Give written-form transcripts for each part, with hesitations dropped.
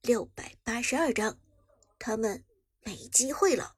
682章，他们没机会了。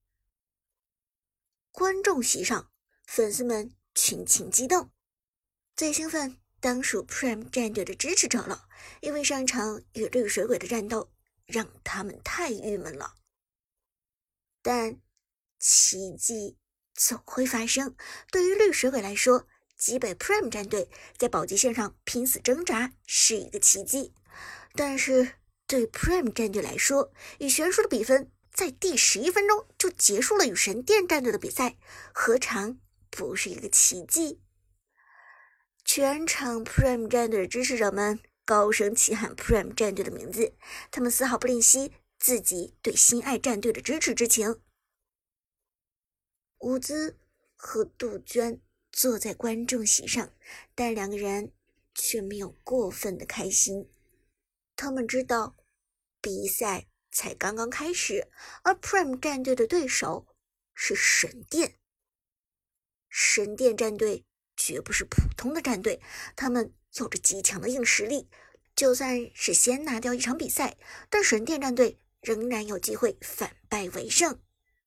观众席上，粉丝们群情激动，最兴奋当属 Prime 战队的支持者了，因为上场与绿水鬼的战斗让他们太郁闷了。但奇迹总会发生，对于绿水鬼来说，击败 Prime 战队在保级线上拼死挣扎是一个奇迹，但是对 Prime 战队来说，以悬殊的比分在第11分钟就结束了与神殿战队的比赛，何尝不是一个奇迹？全场 Prime 战队的支持者们高声齐喊 Prime 战队的名字，他们丝毫不吝惜自己对心爱战队的支持之情。伍兹和杜鹃坐在观众席上，但两个人却没有过分的开心。他们知道比赛才刚刚开始，而 Prime 战队的对手是神殿。神殿战队绝不是普通的战队，他们有着极强的硬实力，就算是先拿掉一场比赛，但神殿战队仍然有机会反败为胜。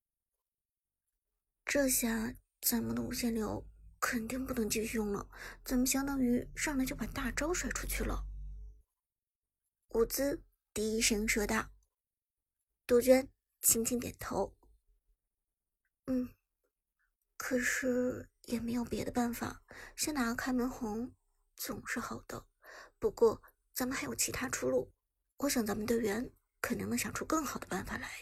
这下咱们的无限流肯定不能继续用了，咱们相当于上来就把大招甩出去了。伍兹低声说道。杜鹃轻轻点头。可是也没有别的办法，先拿个开门红总是好的。不过咱们还有其他出路，我想咱们队员肯定能想出更好的办法来。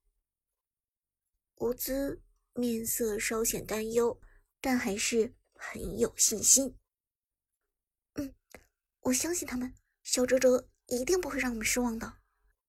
伍兹面色稍显担忧，但还是很有信心。我相信他们，小哲哲一定不会让我们失望的。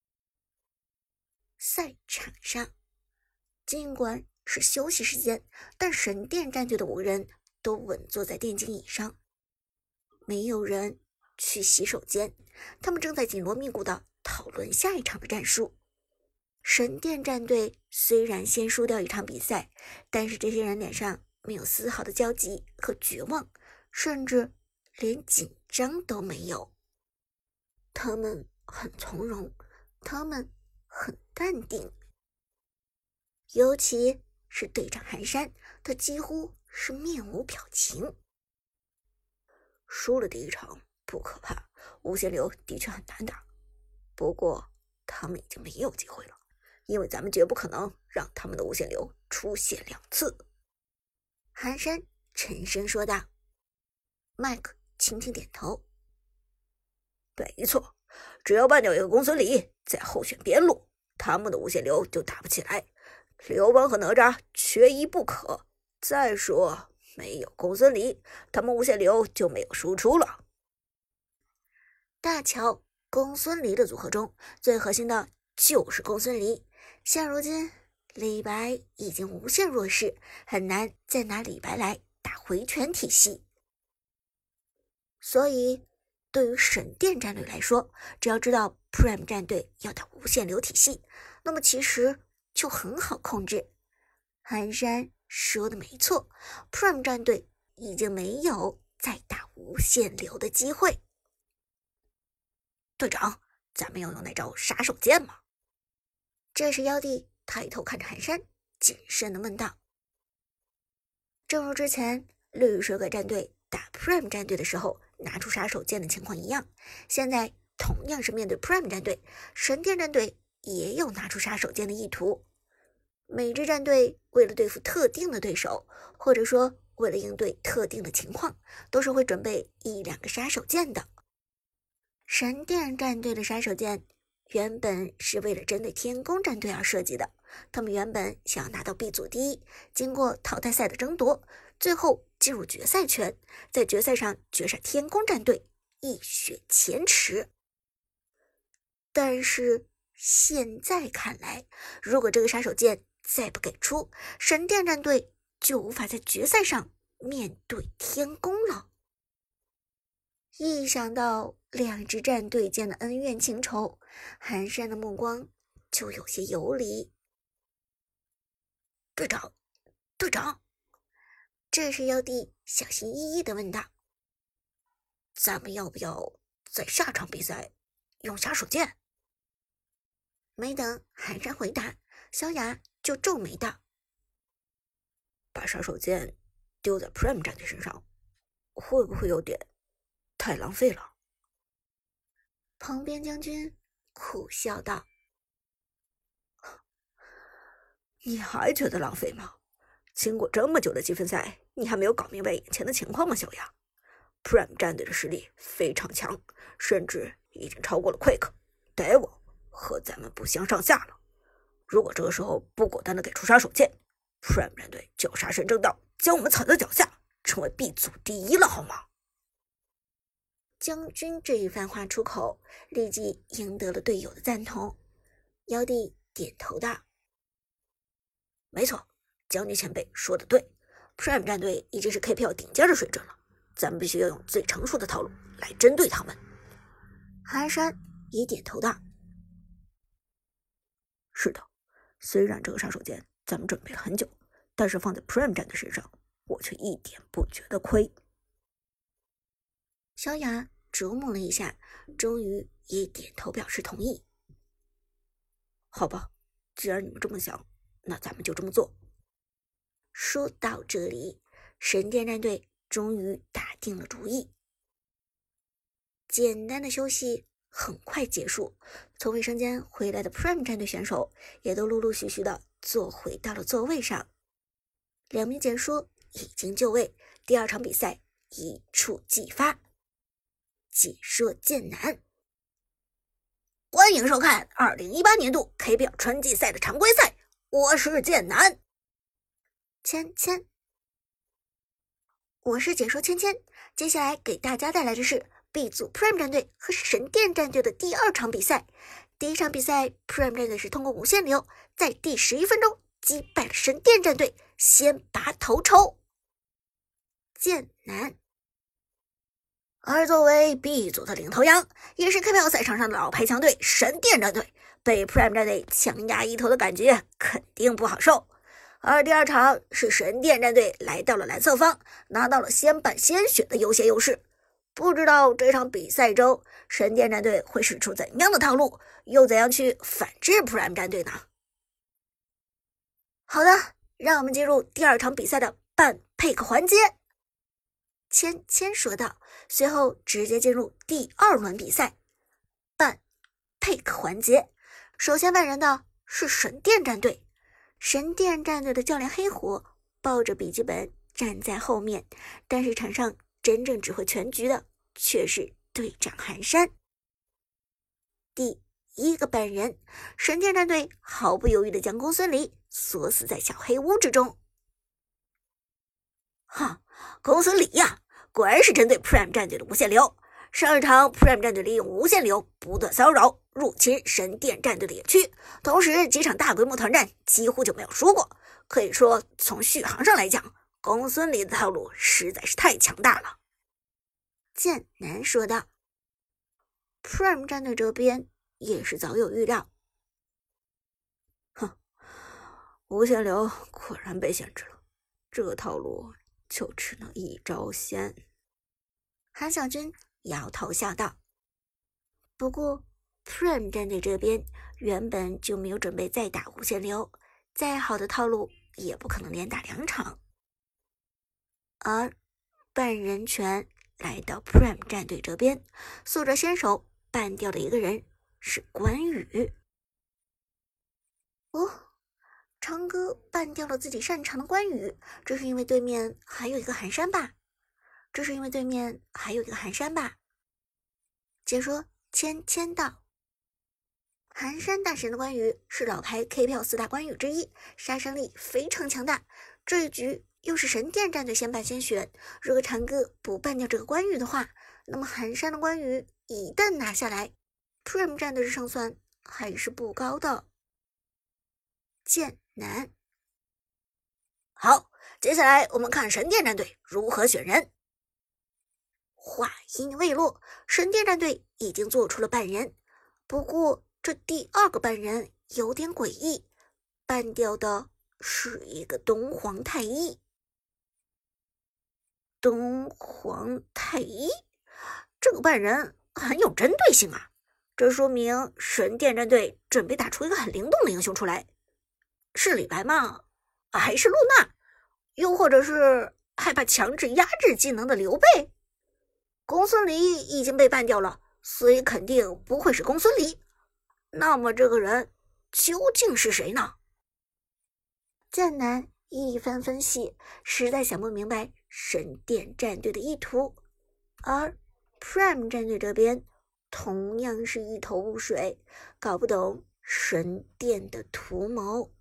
赛场上，尽管是休息时间，但神殿战队的5人都稳坐在电竞椅上，没有人去洗手间，他们正在紧锣密鼓地讨论下一场的战术。神殿战队虽然先输掉一场比赛，但是这些人脸上没有丝毫的焦急和绝望，甚至连紧张都没有。他们很从容，他们很淡定。尤其是队长寒山，他几乎是面无表情。输了第一场不可怕，无限流的确很难打，不过他们已经没有机会了，因为咱们绝不可能让他们的无限流出现2次。寒山沉声说道。麦克轻轻点头。没错，只要办掉一个公孙离在候选边路，他们的无限流就打不起来。刘邦和哪吒缺一不可。再说，没有公孙离，他们无限流就没有输出了。大乔、公孙离的组合中，最核心的就是公孙离。现如今，李白已经无限弱势，很难再拿李白来打回旋体系。所以，对于神殿战队来说，只要知道 Prime 战队要打无限流体系，那么其实就很好控制。寒山说的没错， Prime 战队已经没有再打无限流的机会。队长，咱们要用那招杀手锏吗？这时妖帝抬头看着寒山，谨慎地问道。正如之前绿水鬼战队打 Prime 战队的时候拿出杀手锏的情况一样，现在同样是面对 Prime 战队，神殿战队也有拿出杀手锏的意图。每支战队为了对付特定的对手，或者说为了应对特定的情况，都是会准备1、2个杀手锏的。神殿战队的杀手锏原本是为了针对天宫战队而设计的，他们原本想要拿到 B 组第一，经过淘汰赛的争夺，最后进入决赛圈，在决赛上绝杀天宫战队，一雪前耻。但是现在看来，如果这个杀手锏再不给出，神殿战队就无法在决赛上面对天宫了。一想到2支战队间的恩怨情仇，寒山的目光就有些游离。队长，队长，这时妖帝小心翼翼地问道：“咱们要不要在下场比赛用杀手锏？” 没等寒山回答，小雅就皱眉道：“ 把杀手锏丢在 Prime 战队身上，会不会有点太浪费了？” 旁边将军苦笑道：“ 你还觉得浪费吗？经过这么久的积分赛，你还没有搞明白眼前的情况吗，小雅？Prime 战队的实力非常强，甚至已经超过了 Quick、Devil 和咱们不相上下了。如果这个时候不果断的给出杀手锏，Prime 战队就要杀神正道，将我们踩在脚下，成为 B 组第一了，好吗？” 将军这一番话出口，立即赢得了队友的赞同。妖帝点头道：“ 没错，将军前辈说的对 ，Prime 战队已经是 KPL 顶尖的水准了，咱们必须要用最成熟的套路来针对他们。” 寒山也点头道：“ 是的，虽然这个杀手锏咱们准备了很久，但是放在 Prime 战队身上，我却一点不觉得亏。” 小雅琢磨了一下，终于也点头表示同意。 “好吧，既然你们这么想，那咱们就这么做。” 说到这里，神殿战队终于打定了主意。简单的休息很快结束，从卫生间回来的 Prime 战队选手也都陆陆续续的坐回到了座位上。两名解说已经就位，第二场比赛一触即发。解说剑南， 欢迎收看2018年度 KPL 春季赛的常规赛，我是剑南。 芊芊，我是解说芊芊。接下来给大家带来的是 B 组 Prime 战队和神殿战队的第二场比赛。第一场比赛 Prime 战队是通过无限流，在第11分钟击败了神殿战队，先拔头筹。剑南。 而作为 B 组的领头羊，也是 KPL 赛场上的老牌强队神殿战队，被 Prime 战队强压一头的感觉肯定不好受。而第二场是神殿战队来到了蓝色方，拿到了先办先选的优先优势。不知道这场比赛中神殿战队会使出怎样的套路，又怎样去反制 Prime 战队呢？ 好的，让我们进入第二场比赛的办 pick 环节。芊芊说道，随后直接进入第二轮比赛。办 pick 环节，首先办人的是神殿战队。神殿战队的教练黑虎抱着笔记本站在后面，但是场上真正指挥全局的却是队长寒山。第一个办人，神殿战队毫不犹豫地将公孙离锁死在小黑屋之中。 公孙离呀，果然是针对 Prime 战队的无限流。上一场 Prime 战队利用无限流不断骚扰入侵神殿战队的野区，同时几场大规模团战几乎就没有输过。可以说从续航上来讲，公孙离的套路实在是太强大了。 剑南说道。Prime 战队这边也是早有预料。 无限流果然被限制了，这个套路就只能一招鲜。 韩小军摇头笑道。不过 Prime 战队这边原本就没有准备再打无限流，再好的套路也不可能连打2场。而办人权来到 Prime 战队这边，宿着先手办掉的一个人是关羽。长歌办掉了自己擅长的关羽，这是因为对面还有一个寒山吧？解说芊芊道。寒山大神的关羽是老牌 KPL 4大关羽之一，杀伤力非常强大。这一局又是神殿战队先办先选，如果长歌不办掉这个关羽的话，那么寒山的关羽一旦拿下来， Prime 战队的胜算还是不高的。剑南。 好，接下来我们看神殿战队如何选人。 话音未落，神殿战队已经做出了办人，不过这第二个办人有点诡异，办掉的是一个东皇太一。 东皇太一，这个办人很有针对性啊！ 这说明神殿战队准备打出一个很灵动的英雄出来，是李白吗？还是陆娜？又或者是害怕强制压制技能的刘备？公孙离已经被办掉了，所以肯定不会是公孙离。那么这个人究竟是谁呢？ 剑南一番分析，实在想不明白神殿战队的意图，而 Prime 战队这边同样是一头雾水，搞不懂神殿的图谋。